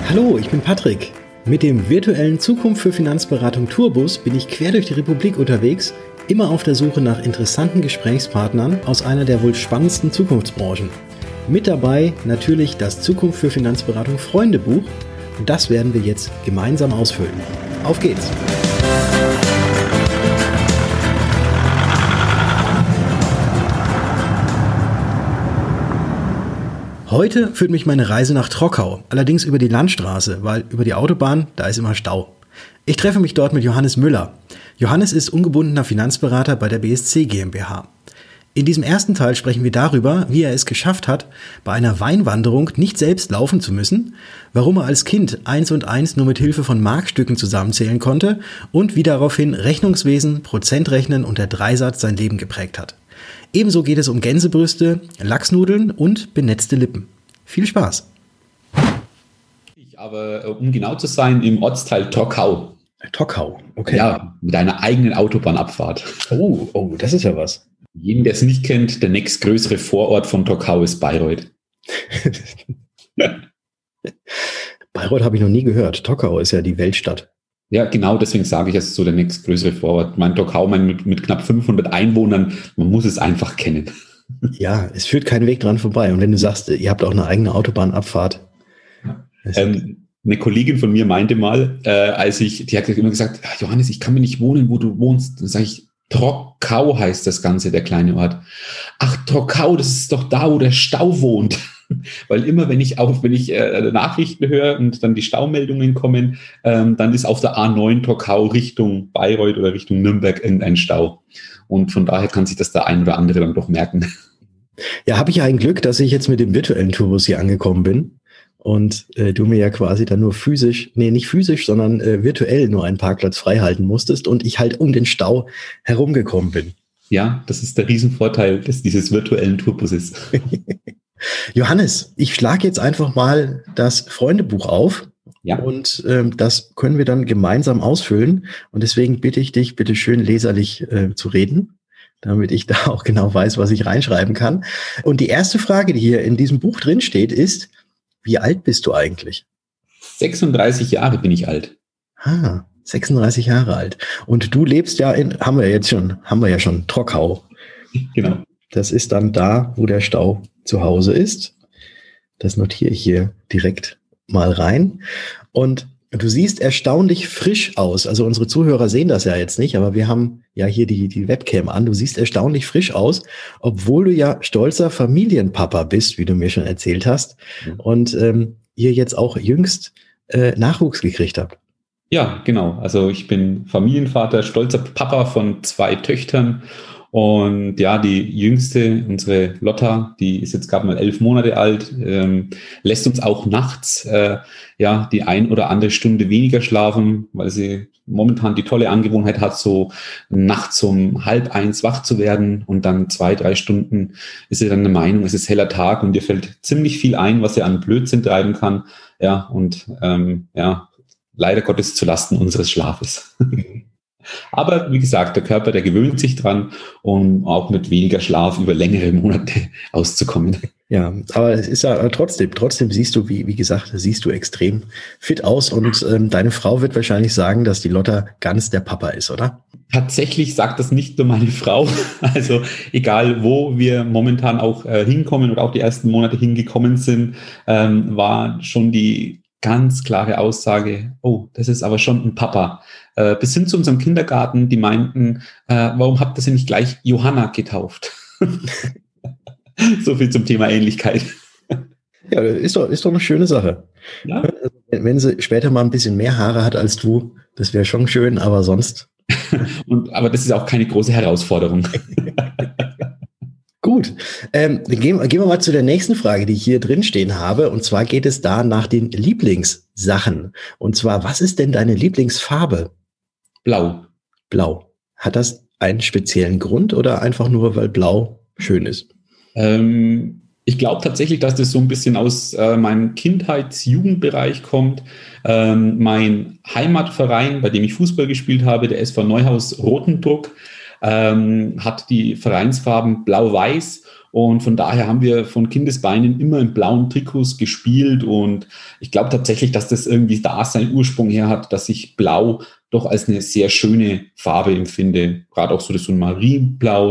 Hallo, ich bin Patrick. Mit dem virtuellen Zukunft für Finanzberatung Tourbus bin ich quer durch die Republik unterwegs, immer auf der Suche nach interessanten Gesprächspartnern aus einer der wohl spannendsten Zukunftsbranchen. Mit dabei natürlich das Zukunft für Finanzberatung Freundebuch und das werden wir jetzt gemeinsam ausfüllen. Auf geht's! Heute führt mich meine Reise nach Trockau, allerdings über die Landstraße, weil über die Autobahn, da ist immer Stau. Ich treffe mich dort mit Johannes Müller. Johannes ist ungebundener Finanzberater bei der BSC GmbH. In diesem ersten Teil sprechen wir darüber, wie er es geschafft hat, bei einer Weinwanderung nicht selbst laufen zu müssen, warum er als Kind 1 und 1 nur mit Hilfe von Markstücken zusammenzählen konnte und wie daraufhin Rechnungswesen, Prozentrechnen und der Dreisatz sein Leben geprägt hat. Ebenso geht es um Gänsebrüste, Lachsnudeln und benetzte Lippen. Viel Spaß! Aber um genau zu sein, im Ortsteil Trockau. Trockau, okay. Ja, mit einer eigenen Autobahnabfahrt. Oh, das ist ja was. Jeden, der es nicht kennt, der nächstgrößere Vorort von Trockau ist Bayreuth. Bayreuth habe ich noch nie gehört. Trockau ist ja die Weltstadt. Ja, genau, deswegen sage ich, es ist so der nächstgrößere Vorort. Mein Trockau, mit knapp 500 Einwohnern, man muss es einfach kennen. Ja, es führt kein Weg dran vorbei. Und wenn du sagst, ihr habt auch eine eigene Autobahnabfahrt. Eine Kollegin von mir meinte mal, die hat immer gesagt, Johannes, ich kann mir nicht wohnen, wo du wohnst. Dann sage ich, Trockau heißt das Ganze, der kleine Ort. Ach, Trockau, das ist doch da, wo der Stau wohnt. Weil immer, wenn ich Nachrichten höre und dann die Staumeldungen kommen, dann ist auf der A9 Trockau Richtung Bayreuth oder Richtung Nürnberg ein Stau. Und von daher kann sich das der ein oder andere dann doch merken. Ja, habe ich ja ein Glück, dass ich jetzt mit dem virtuellen Tourbus hier angekommen bin und du mir ja quasi dann nur virtuell nur einen Parkplatz frei halten musstest und ich halt um den Stau herumgekommen bin. Ja, das ist der Riesenvorteil dieses virtuellen Tourbusses. Johannes, ich schlage jetzt einfach mal das Freundebuch auf. Ja. Und das können wir dann gemeinsam ausfüllen. Und deswegen bitte ich dich, bitte schön leserlich zu reden, damit ich da auch genau weiß, was ich reinschreiben kann. Und die erste Frage, die hier in diesem Buch drin steht, ist, wie alt bist du eigentlich? 36 Jahre bin ich alt. 36 Jahre alt. Und du lebst ja haben wir ja schon, Trockau. Genau. Das ist dann da, wo der Stau zu Hause ist. Das notiere ich hier direkt mal rein. Und du siehst erstaunlich frisch aus. Also unsere Zuhörer sehen das ja jetzt nicht, aber wir haben ja hier die Webcam an. Du siehst erstaunlich frisch aus, obwohl du ja stolzer Familienpapa bist, wie du mir schon erzählt hast. Und ihr jetzt auch jüngst Nachwuchs gekriegt habt. Ja, genau. Also ich bin Familienvater, stolzer Papa von 2 Töchtern. Und ja, die jüngste, unsere Lotta, die ist jetzt gerade mal 11 Monate alt, lässt uns auch nachts die ein oder andere Stunde weniger schlafen, weil sie momentan die tolle Angewohnheit hat, so nachts um 12:30 wach zu werden und dann 2-3 Stunden ist sie dann der Meinung, es ist heller Tag und ihr fällt ziemlich viel ein, was sie an Blödsinn treiben kann. Ja, und leider Gottes zulasten unseres Schlafes. Aber wie gesagt, der Körper, der gewöhnt sich dran, um auch mit weniger Schlaf über längere Monate auszukommen. Ja, aber es ist ja trotzdem siehst du, wie gesagt, siehst du extrem fit aus und deine Frau wird wahrscheinlich sagen, dass die Lotta ganz der Papa ist, oder? Tatsächlich sagt das nicht nur meine Frau. Also egal, wo wir momentan auch hinkommen oder auch die ersten Monate hingekommen sind, war schon die ganz klare Aussage, oh, das ist aber schon ein Papa. Bis hin zu unserem Kindergarten, die meinten, warum habt ihr sie nicht gleich Johanna getauft? So viel zum Thema Ähnlichkeit. Ja, ist doch eine schöne Sache. Ja? Wenn sie später mal ein bisschen mehr Haare hat als du, das wäre schon schön, aber sonst. Aber das ist auch keine große Herausforderung. Gut, gehen wir mal zu der nächsten Frage, die ich hier drin stehen habe. Und zwar geht es da nach den Lieblingssachen. Und zwar, was ist denn deine Lieblingsfarbe? Blau. Blau. Hat das einen speziellen Grund oder einfach nur, weil Blau schön ist? Ich glaube tatsächlich, dass das so ein bisschen aus meinem Kindheits-Jugendbereich kommt. Mein Heimatverein, bei dem ich Fußball gespielt habe, der SV Neuhaus Rothenburg, hat die Vereinsfarben Blau-Weiß Und von daher haben wir von Kindesbeinen immer in blauen Trikots gespielt. Und ich glaube tatsächlich, dass das irgendwie da seinen Ursprung her hat, dass ich Blau doch als eine sehr schöne Farbe empfinde. Gerade auch so ein Marienblau,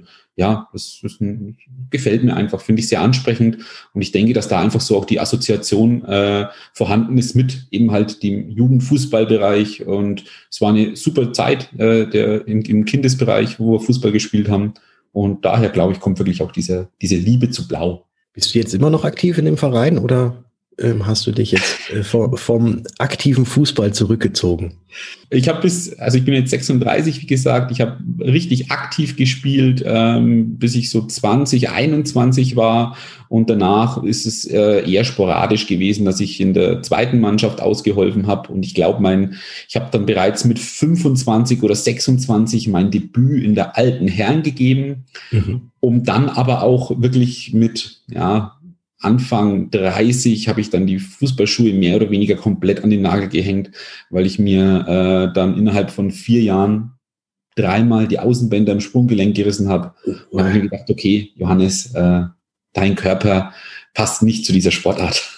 gefällt mir einfach, finde ich sehr ansprechend. Und ich denke, dass da einfach so auch die Assoziation vorhanden ist mit eben halt dem Jugendfußballbereich. Und es war eine super Zeit im Kindesbereich, wo wir Fußball gespielt haben. Und daher, glaube ich, kommt wirklich auch diese Liebe zu Blau. Bist du jetzt immer noch aktiv in dem Verein oder hast du dich jetzt vom aktiven Fußball zurückgezogen? Ich bin jetzt 36, wie gesagt, ich habe richtig aktiv gespielt, bis ich so 20, 21 war, und danach ist es eher sporadisch gewesen, dass ich in der zweiten Mannschaft ausgeholfen habe, und ich glaube, ich habe dann bereits mit 25 oder 26 mein Debüt in der alten Herren gegeben, um dann aber auch wirklich mit, Anfang 30 habe ich dann die Fußballschuhe mehr oder weniger komplett an den Nagel gehängt, weil ich mir dann innerhalb von 4 Jahren 3-mal die Außenbänder im Sprunggelenk gerissen habe. Und dann habe ich mir gedacht, okay, Johannes, dein Körper passt nicht zu dieser Sportart.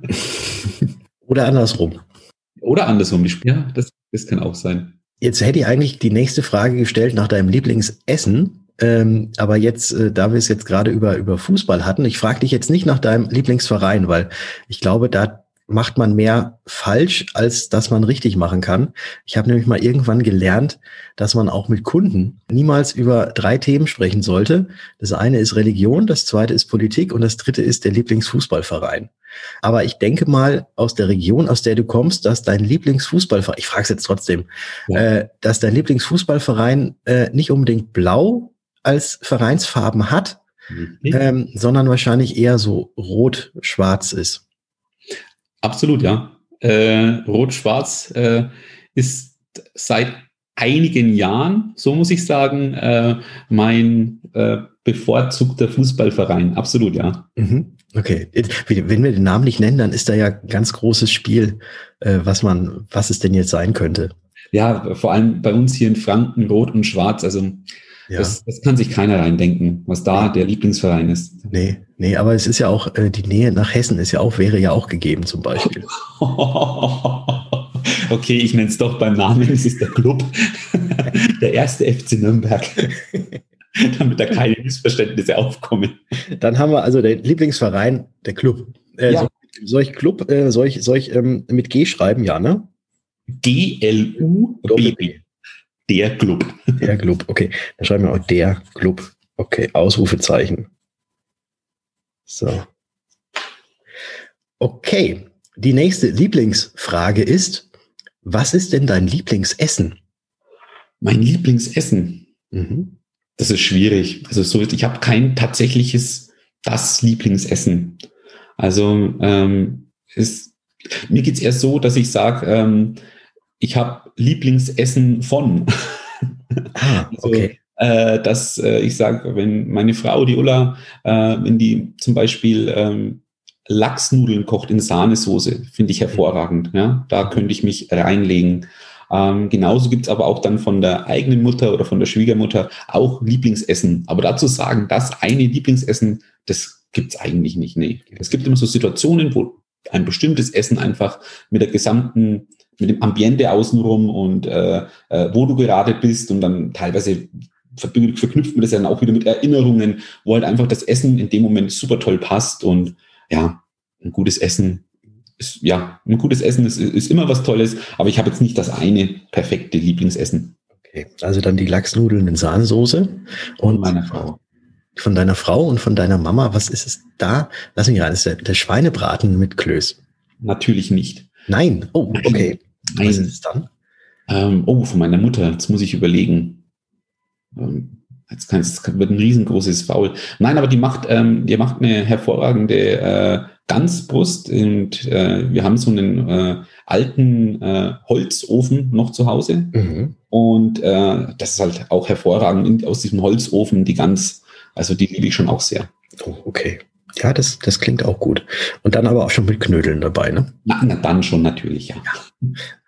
Oder andersrum. Ja, das kann auch sein. Jetzt hätte ich eigentlich die nächste Frage gestellt nach deinem Lieblingsessen. Aber jetzt, da wir es jetzt gerade über Fußball hatten, ich frage dich jetzt nicht nach deinem Lieblingsverein, weil ich glaube, da macht man mehr falsch, als dass man richtig machen kann. Ich habe nämlich mal irgendwann gelernt, dass man auch mit Kunden niemals über 3 Themen sprechen sollte. Das eine ist Religion, das zweite ist Politik und das dritte ist der Lieblingsfußballverein. Aber ich denke mal, aus der Region, aus der du kommst, dass dein Lieblingsfußballverein, ich frage es jetzt trotzdem, dass dein Lieblingsfußballverein nicht unbedingt blau als Vereinsfarben hat, sondern wahrscheinlich eher so rot-schwarz ist. Absolut, ja. Rot-Schwarz ist seit einigen Jahren, so muss ich sagen, mein bevorzugter Fußballverein. Absolut, ja. Okay. Wenn wir den Namen nicht nennen, dann ist da ja ein ganz großes Spiel, was es denn jetzt sein könnte. Ja, vor allem bei uns hier in Franken, Rot und Schwarz, also ja. Das kann sich keiner reindenken, was da der Lieblingsverein ist. Nee, aber es ist ja auch, die Nähe nach Hessen wäre ja auch gegeben zum Beispiel. Okay, ich nenne es doch beim Namen, es ist der Club. Der erste FC Nürnberg. Damit da keine Missverständnisse aufkommen. Dann haben wir also den Lieblingsverein, der Club. Ja. Soll ich Club, soll ich mit G schreiben? Ja, ne? GLUBB. Der Club. Der Club, okay. Dann schreiben wir auch der Club. Okay, Ausrufezeichen. So. Okay, die nächste Lieblingsfrage ist, was ist denn dein Lieblingsessen? Mein Lieblingsessen? Das ist schwierig. Also ich habe kein tatsächliches Lieblingsessen. Also mir geht's eher so, dass ich sage, ich habe Lieblingsessen von. Okay. Ich sage, wenn meine Frau, die Ulla, wenn die zum Beispiel Lachsnudeln kocht in Sahnesoße, finde ich hervorragend. Ja? Da könnte ich mich reinlegen. Genauso gibt es aber auch dann von der eigenen Mutter oder von der Schwiegermutter auch Lieblingsessen. Aber dazu sagen, das eine Lieblingsessen, das gibt es eigentlich nicht. Nee. Es gibt immer so Situationen, wo ein bestimmtes Essen einfach mit dem Ambiente außenrum und wo du gerade bist, und dann teilweise verknüpft man das ja dann auch wieder mit Erinnerungen, wo halt einfach das Essen in dem Moment super toll passt. Und ja, ein gutes Essen ist immer was Tolles, aber ich habe jetzt nicht das eine perfekte Lieblingsessen. Okay, also dann die Lachsnudeln in Sahnesoße. Und meiner Frau. Von deiner Frau und von deiner Mama, was ist es da? Lass mich rein, das ist der Schweinebraten mit Klöß. Natürlich nicht. Nein, oh, okay. Nein. Was ist es dann? Von meiner Mutter, jetzt muss ich überlegen. Jetzt wird ein riesengroßes Faul. Nein, aber die macht eine hervorragende Ganzbrust, und wir haben so einen alten Holzofen noch zu Hause. Und das ist halt auch hervorragend aus diesem Holzofen, die Gans, also die liebe ich schon auch sehr. Oh, okay. Ja, das klingt auch gut. Und dann aber auch schon mit Knödeln dabei, ne? Na dann schon natürlich, ja.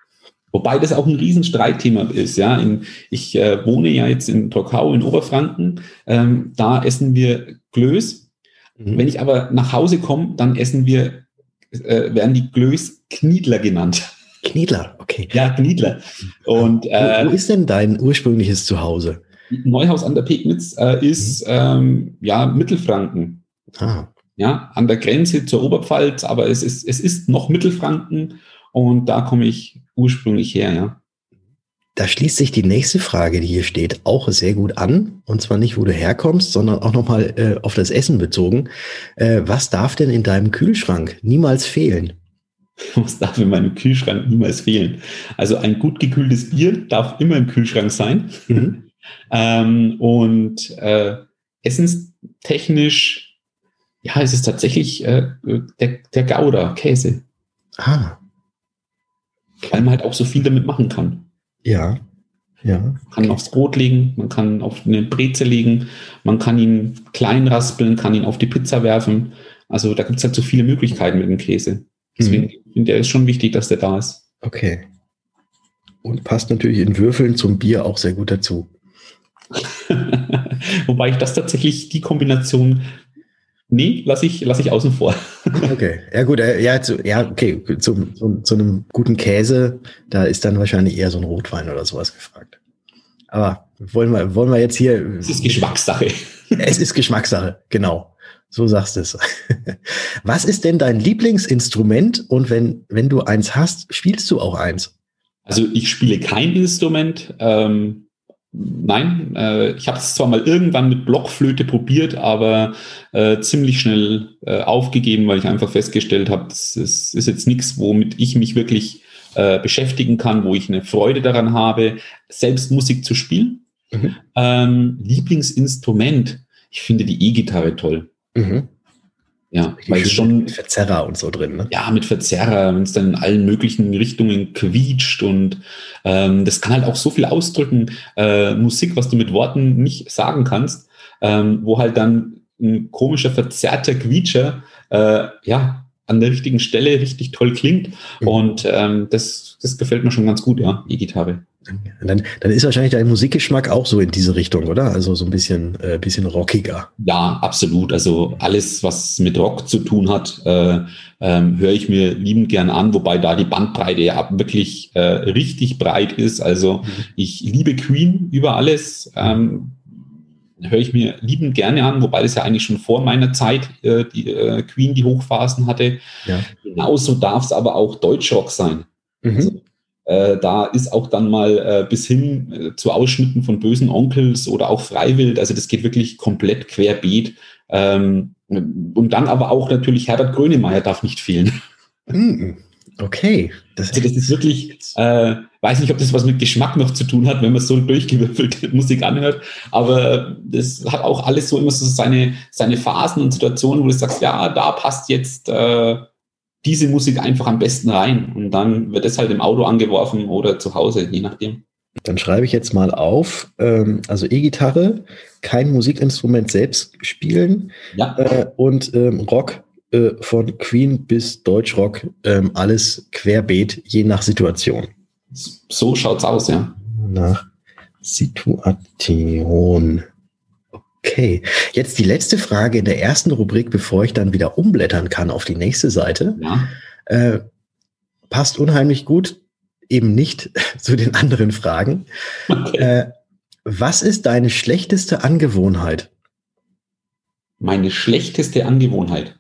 Wobei das auch ein Riesenstreitthema ist. Ja? Ich wohne ja jetzt in Trockau in Oberfranken. Da essen wir Klöß. Wenn ich aber nach Hause komme, dann werden die Klöß Kniedler genannt. Kniedler, okay. Ja, Kniedler. Und, wo ist denn dein ursprüngliches Zuhause? Neuhaus an der Pegnitz ist Mittelfranken. Ah. Ja, an der Grenze zur Oberpfalz, aber es ist noch Mittelfranken und da komme ich ursprünglich her, ja. Da schließt sich die nächste Frage, die hier steht, auch sehr gut an. Und zwar nicht, wo du herkommst, sondern auch nochmal auf das Essen bezogen. Was darf denn in deinem Kühlschrank niemals fehlen? Was darf in meinem Kühlschrank niemals fehlen? Also ein gut gekühltes Bier darf immer im Kühlschrank sein. Mhm. Essenstechnisch, ja, es ist tatsächlich der Gouda, Käse. Ah. Okay. Weil man halt auch so viel damit machen kann. Ja. Man kann aufs Brot legen, man kann auf eine Breze legen, man kann ihn klein raspeln, kann ihn auf die Pizza werfen. Also da gibt es halt so viele Möglichkeiten mit dem Käse. Deswegen finde ich, ist schon wichtig, dass der da ist. Okay. Und passt natürlich in Würfeln zum Bier auch sehr gut dazu. Wobei ich das tatsächlich, die Kombination, lasse ich außen vor. Okay, ja gut, okay, zu einem guten Käse, da ist dann wahrscheinlich eher so ein Rotwein oder sowas gefragt. Aber wollen wir jetzt hier... Es ist Geschmackssache. Es ist Geschmackssache, genau. So sagst du es. Was ist denn dein Lieblingsinstrument und wenn du eins hast, spielst du auch eins? Also ich spiele kein Instrument, nein, ich habe es zwar mal irgendwann mit Blockflöte probiert, aber ziemlich schnell aufgegeben, weil ich einfach festgestellt habe, das ist jetzt nichts, womit ich mich wirklich beschäftigen kann, wo ich eine Freude daran habe, selbst Musik zu spielen. Lieblingsinstrument, ich finde die E-Gitarre toll. Ja, weil es schon mit Verzerrer und so drin, ne? Ja, mit Verzerrer, wenn es dann in allen möglichen Richtungen quietscht und das kann halt auch so viel ausdrücken, Musik, was du mit Worten nicht sagen kannst, wo halt dann ein komischer, verzerrter Quietscher an der richtigen Stelle richtig toll klingt und das gefällt mir schon ganz gut, ja, E-Gitarre. Dann ist wahrscheinlich dein Musikgeschmack auch so in diese Richtung, oder? Also so ein bisschen rockiger. Ja, absolut. Also alles, was mit Rock zu tun hat, höre ich mir liebend gern an, wobei da die Bandbreite ja wirklich richtig breit ist. Also ich liebe Queen über alles. Höre ich mir liebend gerne an, wobei das ja eigentlich schon vor meiner Zeit Queen die Hochphasen hatte. Ja. Genauso darf es aber auch Deutschrock sein. Also, da ist auch dann mal bis hin zu Ausschnitten von Bösen Onkels oder auch Freiwild, also das geht wirklich komplett querbeet. Und dann aber auch natürlich Herbert Grönemeyer darf nicht fehlen. Okay. Das ist wirklich, weiß nicht, ob das was mit Geschmack noch zu tun hat, wenn man so durchgewürfelte Musik anhört, aber das hat auch alles so immer so seine Phasen und Situationen, wo du sagst, ja, da passt jetzt diese Musik einfach am besten rein und dann wird es halt im Auto angeworfen oder zu Hause, je nachdem. Dann schreibe ich jetzt mal auf, also E-Gitarre, kein Musikinstrument selbst spielen und Rock von Queen bis Deutschrock, alles querbeet, je nach Situation. So schaut's aus, ja. Nach Situation. Okay, jetzt die letzte Frage in der ersten Rubrik, bevor ich dann wieder umblättern kann auf die nächste Seite. Ja. Passt unheimlich gut, eben nicht zu den anderen Fragen. Okay. Was ist deine schlechteste Angewohnheit? Meine schlechteste Angewohnheit?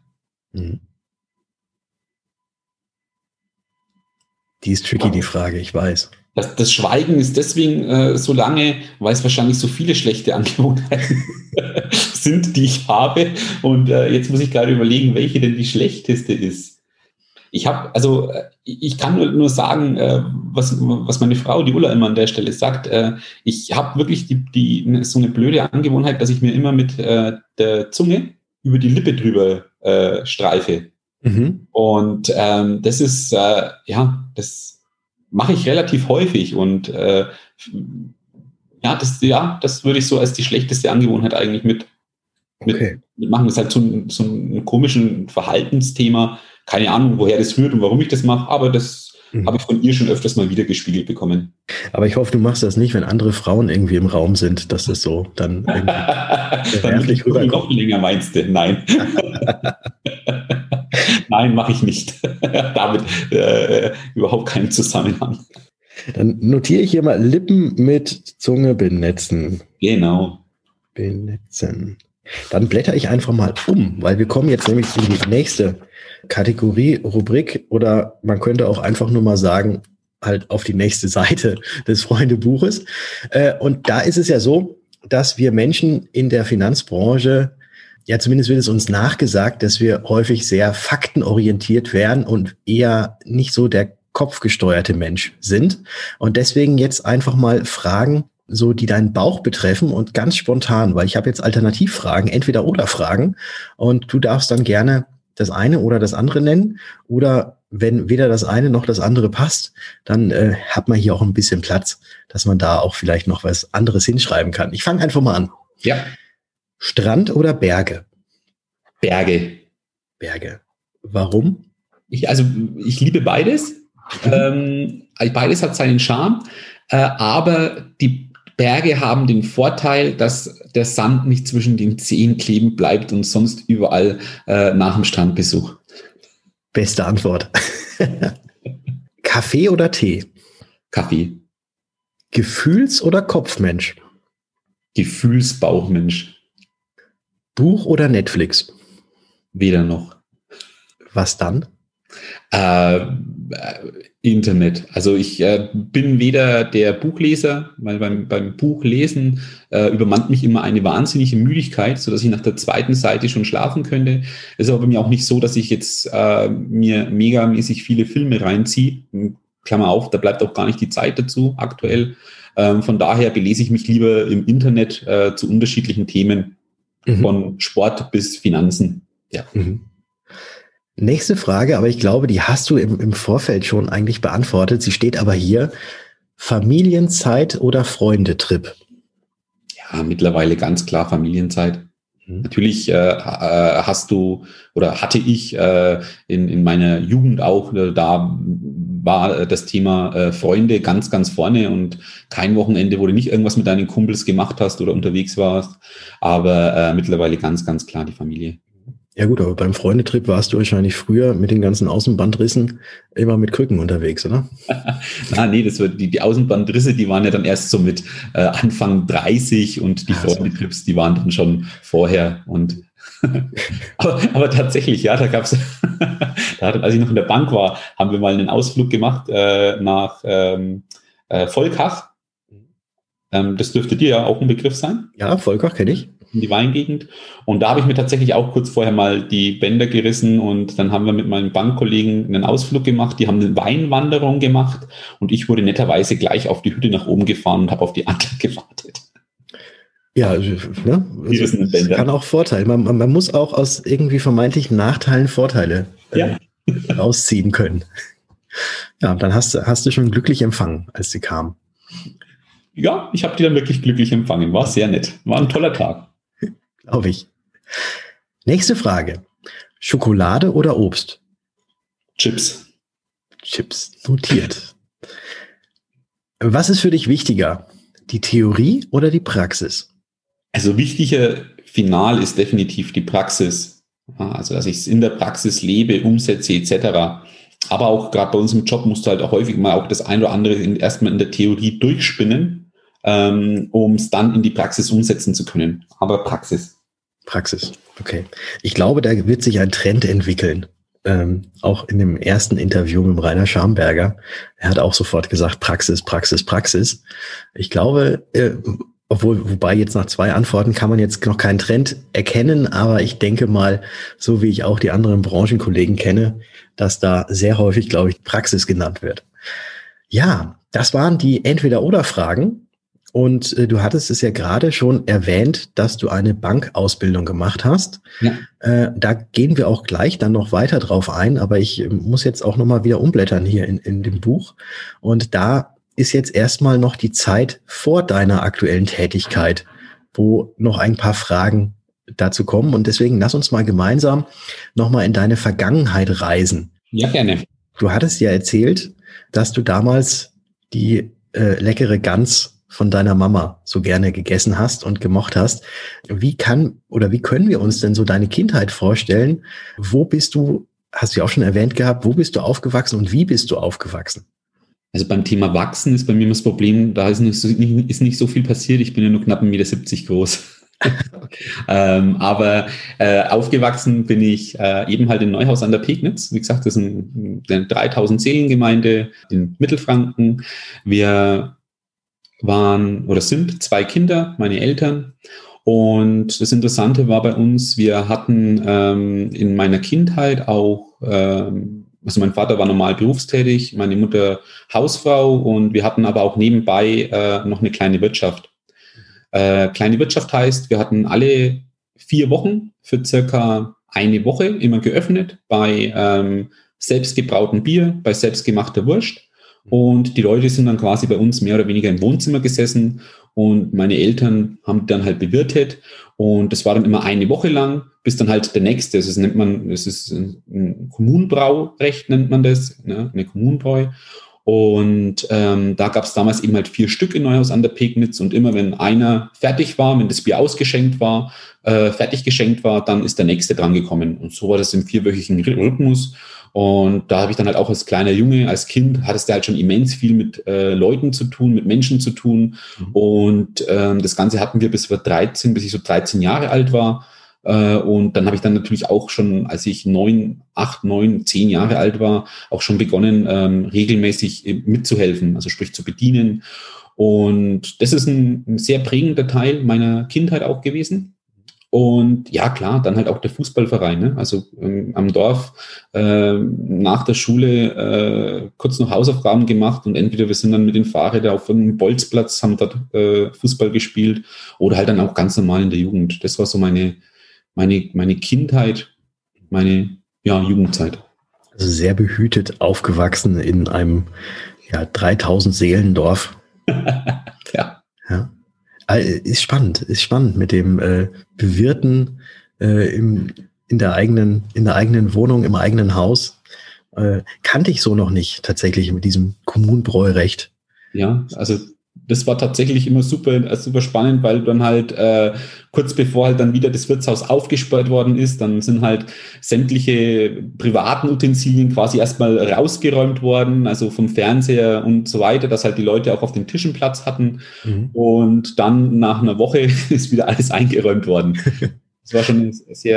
Die ist tricky, die Frage, ich weiß. Das Schweigen ist deswegen so lange, weil es wahrscheinlich so viele schlechte Angewohnheiten sind, die ich habe. Und jetzt muss ich gerade überlegen, welche denn die schlechteste ist. Ich kann nur sagen, was meine Frau, die Ulla, immer an der Stelle sagt. Ich habe wirklich so eine blöde Angewohnheit, dass ich mir immer mit der Zunge über die Lippe drüber streife. Und das ist, das mache ich relativ häufig und das würde ich so als die schlechteste Angewohnheit eigentlich mitmachen. Das ist halt so ein komischen Verhaltensthema. Keine Ahnung, woher das rührt und warum ich das mache, aber das habe ich von ihr schon öfters mal wieder gespiegelt bekommen. Aber ich hoffe, du machst das nicht, wenn andere Frauen irgendwie im Raum sind, dass das so dann irgendwie verwerflich rüberkommt. Noch länger meinst du? Nein. Nein, mache ich nicht. Damit überhaupt keinen Zusammenhang. Dann notiere ich hier mal Lippen mit Zunge benetzen. Genau. Benetzen. Dann blätter ich einfach mal um, weil wir kommen jetzt nämlich in die nächste Kategorie, Rubrik, oder man könnte auch einfach nur mal sagen, halt auf die nächste Seite des Freundebuches. Und da ist es ja so, dass wir Menschen in der Finanzbranche, ja zumindest wird es uns nachgesagt, dass wir häufig sehr faktenorientiert werden und eher nicht so der kopfgesteuerte Mensch sind. Und deswegen jetzt einfach mal Fragen, so die deinen Bauch betreffen und ganz spontan, weil ich habe jetzt Alternativfragen, entweder oder Fragen, und du darfst dann gerne das eine oder das andere nennen, oder wenn weder das eine noch das andere passt, dann hat man hier auch ein bisschen Platz, dass man da auch vielleicht noch was anderes hinschreiben kann. Ich fange einfach mal an. Ja. Strand oder Berge? Berge. Berge. Warum? Ich liebe beides. Beides hat seinen Charme, aber die Berge haben den Vorteil, dass der Sand nicht zwischen den Zehen kleben bleibt und sonst überall nach dem Strandbesuch. Beste Antwort. Kaffee oder Tee? Kaffee. Gefühls- oder Kopfmensch? Gefühlsbauchmensch. Buch oder Netflix? Weder noch. Was dann? Internet. Also ich bin weder der Buchleser, weil beim Buchlesen übermannt mich immer eine wahnsinnige Müdigkeit, sodass ich nach der zweiten Seite schon schlafen könnte. Es ist aber bei mir auch nicht so, dass ich jetzt mir megamäßig viele Filme reinziehe. Klammer auf, da bleibt auch gar nicht die Zeit dazu aktuell. Von daher belese ich mich lieber im Internet zu unterschiedlichen Themen, von Sport bis Finanzen. Ja. Nächste Frage, aber ich glaube, die hast du im Vorfeld schon eigentlich beantwortet. Sie steht aber hier: Familienzeit oder Freundetrip? Ja, mittlerweile ganz klar Familienzeit. Natürlich hatte ich in meiner Jugend auch, da war das Thema Freunde ganz, ganz vorne, und kein Wochenende, wo du nicht irgendwas mit deinen Kumpels gemacht hast oder unterwegs warst, aber mittlerweile ganz, ganz klar die Familie. Ja gut, aber beim Freundetrip warst du wahrscheinlich früher mit den ganzen Außenbandrissen immer mit Krücken unterwegs, oder? Nee, das war die Außenbandrisse, die waren ja dann erst so mit Anfang 30, und die Freundetrips, die waren dann schon vorher. Und aber tatsächlich, ja, da gab's, als ich noch in der Bank war, haben wir mal einen Ausflug gemacht nach Volkach. Das dürfte dir ja auch ein Begriff sein. Ja, Volkach kenne ich. In die Weingegend. Und da habe ich mir tatsächlich auch kurz vorher mal die Bänder gerissen, und dann haben wir mit meinem Bankkollegen einen Ausflug gemacht. Die haben eine Weinwanderung gemacht, und ich wurde netterweise gleich auf die Hütte nach oben gefahren und habe auf die anderen gewartet. Ja, ne? Das kann auch Vorteil. Man muss auch aus irgendwie vermeintlichen Nachteilen Vorteile rausziehen können. Ja, dann hast du schon glücklich empfangen, als sie kamen. Ja, ich habe die dann wirklich glücklich empfangen. War sehr nett. War ein toller Tag. Glaube ich. Nächste Frage. Schokolade oder Obst? Chips. Chips. Notiert. Was ist für dich wichtiger? Die Theorie oder die Praxis? Also wichtiger final ist definitiv die Praxis. Also dass ich es in der Praxis lebe, umsetze etc. Aber auch gerade bei uns im Job musst du halt auch häufig mal auch das ein oder andere erstmal in der Theorie durchspinnen, um es dann in die Praxis umsetzen zu können. Aber Praxis. Praxis, okay. Ich glaube, da wird sich ein Trend entwickeln. Auch in dem ersten Interview mit Rainer Schamberger. Er hat auch sofort gesagt, Praxis, Praxis, Praxis. Ich glaube, wobei jetzt nach 2 Antworten kann man jetzt noch keinen Trend erkennen, aber ich denke mal, so wie ich auch die anderen Branchenkollegen kenne, dass da sehr häufig, glaube ich, Praxis genannt wird. Ja, das waren die Entweder-oder-Fragen. Und du hattest es ja gerade schon erwähnt, dass du eine Bankausbildung gemacht hast. Ja. Da gehen wir auch gleich dann noch weiter drauf ein, aber ich muss jetzt auch nochmal wieder umblättern hier in dem Buch. Und da ist jetzt erstmal noch die Zeit vor deiner aktuellen Tätigkeit, wo noch ein paar Fragen dazu kommen. Und deswegen lass uns mal gemeinsam nochmal in deine Vergangenheit reisen. Ja, gerne. Du hattest ja erzählt, dass du damals die leckere Gans von deiner Mama so gerne gegessen hast und gemocht hast. Wie können wir uns denn so deine Kindheit vorstellen? Wo bist du, hast du ja auch schon erwähnt gehabt, wo bist du aufgewachsen und wie bist du aufgewachsen? Also beim Thema Wachsen ist bei mir das Problem, da ist nicht so viel passiert. Ich bin ja nur knapp 1,70 Meter groß. Aber aufgewachsen bin ich eben halt in Neuhaus an der Pegnitz. Wie gesagt, das ist eine 3000 Seelengemeinde in Mittelfranken. Wir waren oder sind 2 Kinder, meine Eltern. Und das Interessante war bei uns, wir hatten in meiner Kindheit auch, also mein Vater war normal berufstätig, meine Mutter Hausfrau und wir hatten aber auch nebenbei noch eine kleine Wirtschaft. Kleine Wirtschaft heißt, wir hatten alle 4 Wochen für circa eine Woche immer geöffnet bei selbstgebrautem Bier, bei selbstgemachter Wurst. Und die Leute sind dann quasi bei uns mehr oder weniger im Wohnzimmer gesessen und meine Eltern haben dann halt bewirtet. Und das war dann immer eine Woche lang, bis dann halt der nächste. Das ist ein Kommunenbraurecht, nennt man das, ne? Eine Kommunenbräu. Und da gab es damals eben halt 4 Stück in Neuhaus an der Pegnitz und immer wenn einer fertig war, wenn das Bier ausgeschenkt war, fertig geschenkt war, dann ist der nächste dran gekommen. Und so war das im 4-wöchigen Rhythmus. Und da habe ich dann halt auch als kleiner Junge, als Kind, hattest du halt schon immens viel mit Leuten zu tun, mit Menschen zu tun. Und das Ganze hatten wir bis ich so 13 Jahre alt war. Und dann habe ich dann natürlich auch schon, als ich 8, 9, 10 Jahre alt war, auch schon begonnen, regelmäßig mitzuhelfen, also sprich zu bedienen. Und das ist ein sehr prägender Teil meiner Kindheit auch gewesen. Und ja, klar, dann halt auch der Fußballverein, ne? Also am Dorf nach der Schule kurz noch Hausaufgaben gemacht und entweder wir sind dann mit den Fahrrädern auf einem Bolzplatz, haben dort Fußball gespielt oder halt dann auch ganz normal in der Jugend. Das war so meine Kindheit, meine Jugendzeit. Also sehr behütet aufgewachsen in einem 3000 Seelendorf. Ja. Ist spannend mit dem Bewirten in der eigenen Wohnung, im eigenen Haus. Kannte ich so noch nicht tatsächlich mit diesem Kommunenbräurecht. Ja, also das war tatsächlich immer super spannend, weil dann halt kurz bevor halt dann wieder das Wirtshaus aufgesperrt worden ist, dann sind halt sämtliche privaten Utensilien quasi erstmal rausgeräumt worden, also vom Fernseher und so weiter, dass halt die Leute auch auf den Tischen Platz hatten. Und dann nach einer Woche ist wieder alles eingeräumt worden. Das war schon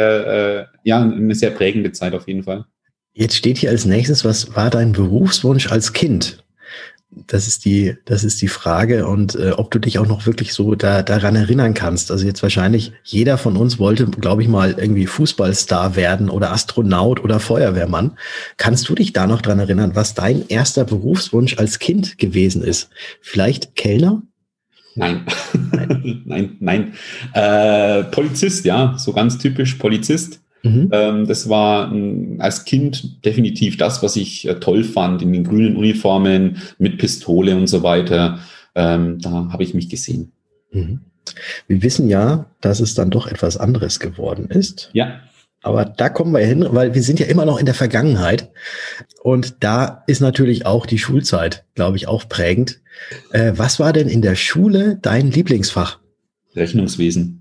eine sehr prägende Zeit auf jeden Fall. Jetzt steht hier als nächstes, was war dein Berufswunsch als Kind? Das ist die Frage und ob du dich auch noch wirklich so daran erinnern kannst. Also jetzt wahrscheinlich jeder von uns wollte, glaube ich mal, irgendwie Fußballstar werden oder Astronaut oder Feuerwehrmann. Kannst du dich da noch dran erinnern, was dein erster Berufswunsch als Kind gewesen ist? Vielleicht Kellner? Nein. Nein. Polizist, ja, so ganz typisch Polizist. Das war als Kind definitiv das, was ich toll fand, in den grünen Uniformen mit Pistole und so weiter. Da habe ich mich gesehen. Wir wissen ja, dass es dann doch etwas anderes geworden ist. Ja. Aber da kommen wir hin, weil wir sind ja immer noch in der Vergangenheit. Und da ist natürlich auch die Schulzeit, glaube ich, auch prägend. Was war denn in der Schule dein Lieblingsfach? Rechnungswesen.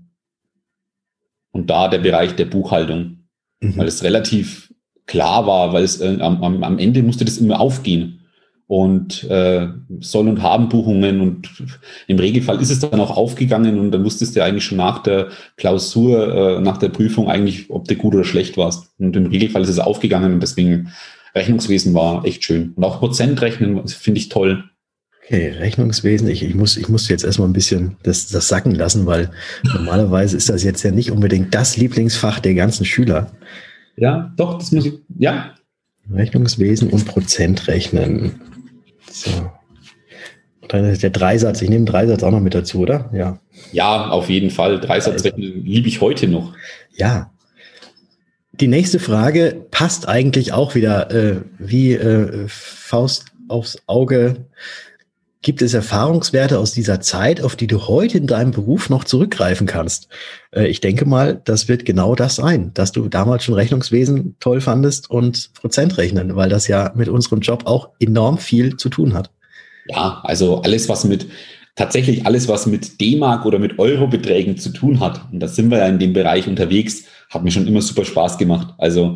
Und da der Bereich der Buchhaltung, weil es relativ klar war, weil es am Ende musste das immer aufgehen. Und Soll- und Haben-Buchungen und im Regelfall ist es dann auch aufgegangen und dann wusstest du eigentlich schon nach der Klausur, nach der Prüfung eigentlich, ob du gut oder schlecht warst. Und im Regelfall ist es aufgegangen und deswegen Rechnungswesen war echt schön. Und auch Prozentrechnen finde ich toll. Okay, Rechnungswesen, ich muss jetzt erstmal ein bisschen das sacken lassen, weil normalerweise ist das jetzt ja nicht unbedingt das Lieblingsfach der ganzen Schüler. Ja, doch, das muss ich, ja. Rechnungswesen und Prozentrechnen. So. Und dann ist der Dreisatz, ich nehme den Dreisatz auch noch mit dazu, oder? Ja. Ja, auf jeden Fall. Dreisatzrechnen liebe ich heute noch. Ja. Die nächste Frage passt eigentlich auch wieder wie Faust aufs Auge. Gibt es Erfahrungswerte aus dieser Zeit, auf die du heute in deinem Beruf noch zurückgreifen kannst? Ich denke mal, das wird genau das sein, dass du damals schon Rechnungswesen toll fandest und Prozentrechnen, weil das ja mit unserem Job auch enorm viel zu tun hat. Ja, also tatsächlich alles, was mit D-Mark oder mit Euro-Beträgen zu tun hat. Und da sind wir ja in dem Bereich unterwegs, hat mir schon immer super Spaß gemacht. Also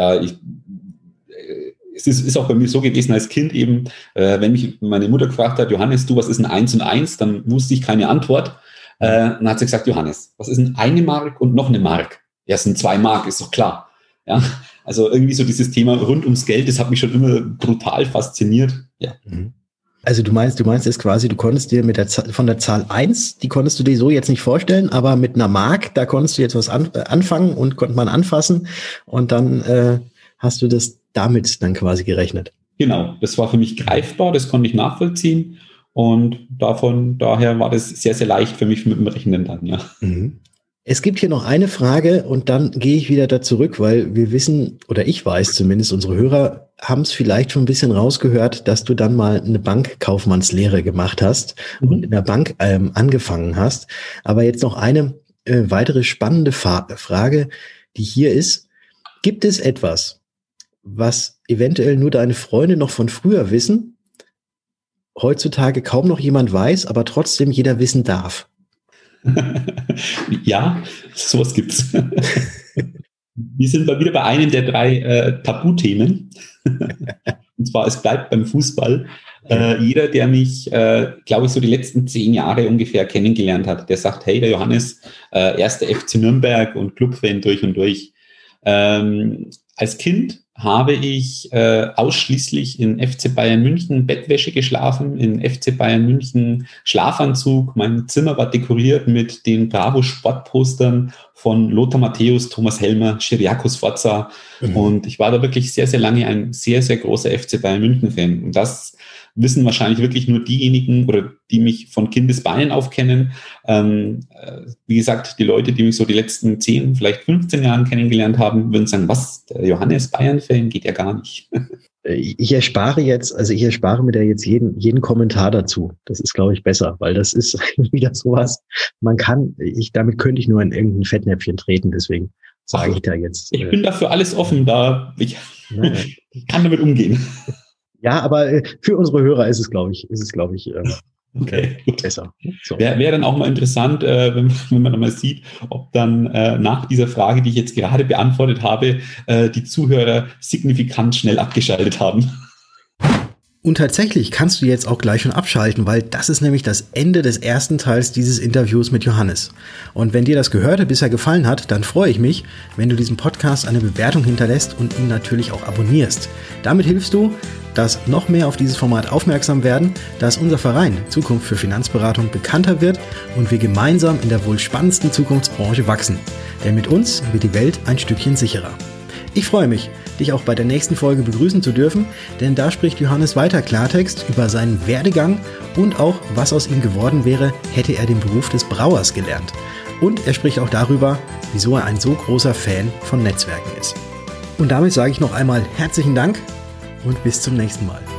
es ist auch bei mir so gewesen als Kind eben, wenn mich meine Mutter gefragt hat, Johannes, was ist ein 1 und 1? Dann wusste ich keine Antwort. Dann hat sie gesagt, Johannes, was ist denn eine Mark und noch eine Mark? Ja, es sind 2 Mark, ist doch klar. Ja, also irgendwie so dieses Thema rund ums Geld, das hat mich schon immer brutal fasziniert. Ja. Also du meinst jetzt quasi, du konntest dir von der Zahl 1, die konntest du dir so jetzt nicht vorstellen, aber mit einer Mark, da konntest du jetzt was anfangen und konnte man anfassen und dann hast du das damit dann quasi gerechnet. Genau, das war für mich greifbar, das konnte ich nachvollziehen und daher war das sehr, sehr leicht für mich mit dem Rechnen dann, ja. Mhm. Es gibt hier noch eine Frage und dann gehe ich wieder da zurück, weil wir wissen, oder ich weiß zumindest, unsere Hörer haben es vielleicht schon ein bisschen rausgehört, dass du dann mal eine Bankkaufmannslehre gemacht hast und in der Bank angefangen hast. Aber jetzt noch eine weitere spannende Frage, die hier ist. Gibt es etwas, was eventuell nur deine Freunde noch von früher wissen, heutzutage kaum noch jemand weiß, aber trotzdem jeder wissen darf? Ja, sowas gibt's. Wir sind mal wieder bei einem der 3 Tabuthemen. Und zwar, es bleibt beim Fußball. Jeder, der mich, glaube ich, so die letzten 10 Jahre ungefähr kennengelernt hat, der sagt, hey, der Johannes, erster FC Nürnberg und Clubfan durch und durch. Als Kind habe ich ausschließlich in FC Bayern München Bettwäsche geschlafen, in FC Bayern München Schlafanzug. Mein Zimmer war dekoriert mit den Bravo-Sportpostern von Lothar Matthäus, Thomas Helmer, Chiriakos Forza. Und ich war da wirklich sehr, sehr lange ein sehr, sehr großer FC Bayern München-Fan. Und das wissen wahrscheinlich wirklich nur diejenigen, oder die mich von Kindesbeinen auf kennen. Wie gesagt, die Leute, die mich so die letzten 10, vielleicht 15 Jahren kennengelernt haben, würden sagen, was, der Johannes Bayern-Fan geht ja gar nicht. Ich erspare mir da jetzt jeden Kommentar dazu. Das ist, glaube ich, besser, weil das ist wieder sowas, damit könnte ich nur in irgendein Fettnäpfchen treten, deswegen sage ich da jetzt. Ich bin dafür alles offen, ich kann damit umgehen. Ja, aber für unsere Hörer ist es, glaube ich, okay, besser. So. Wäre dann auch mal interessant, wenn man dann mal sieht, ob dann nach dieser Frage, die ich jetzt gerade beantwortet habe, die Zuhörer signifikant schnell abgeschaltet haben. Und tatsächlich kannst du jetzt auch gleich schon abschalten, weil das ist nämlich das Ende des ersten Teils dieses Interviews mit Johannes. Und wenn dir das Gehörte bisher gefallen hat, dann freue ich mich, wenn du diesem Podcast eine Bewertung hinterlässt und ihn natürlich auch abonnierst. Damit hilfst du, dass noch mehr auf dieses Format aufmerksam werden, dass unser Verein Zukunft für Finanzberatung bekannter wird und wir gemeinsam in der wohl spannendsten Zukunftsbranche wachsen. Denn mit uns wird die Welt ein Stückchen sicherer. Ich freue mich, dich auch bei der nächsten Folge begrüßen zu dürfen, denn da spricht Johannes weiter Klartext über seinen Werdegang und auch, was aus ihm geworden wäre, hätte er den Beruf des Brauers gelernt. Und er spricht auch darüber, wieso er ein so großer Fan von Netzwerken ist. Und damit sage ich noch einmal herzlichen Dank und bis zum nächsten Mal.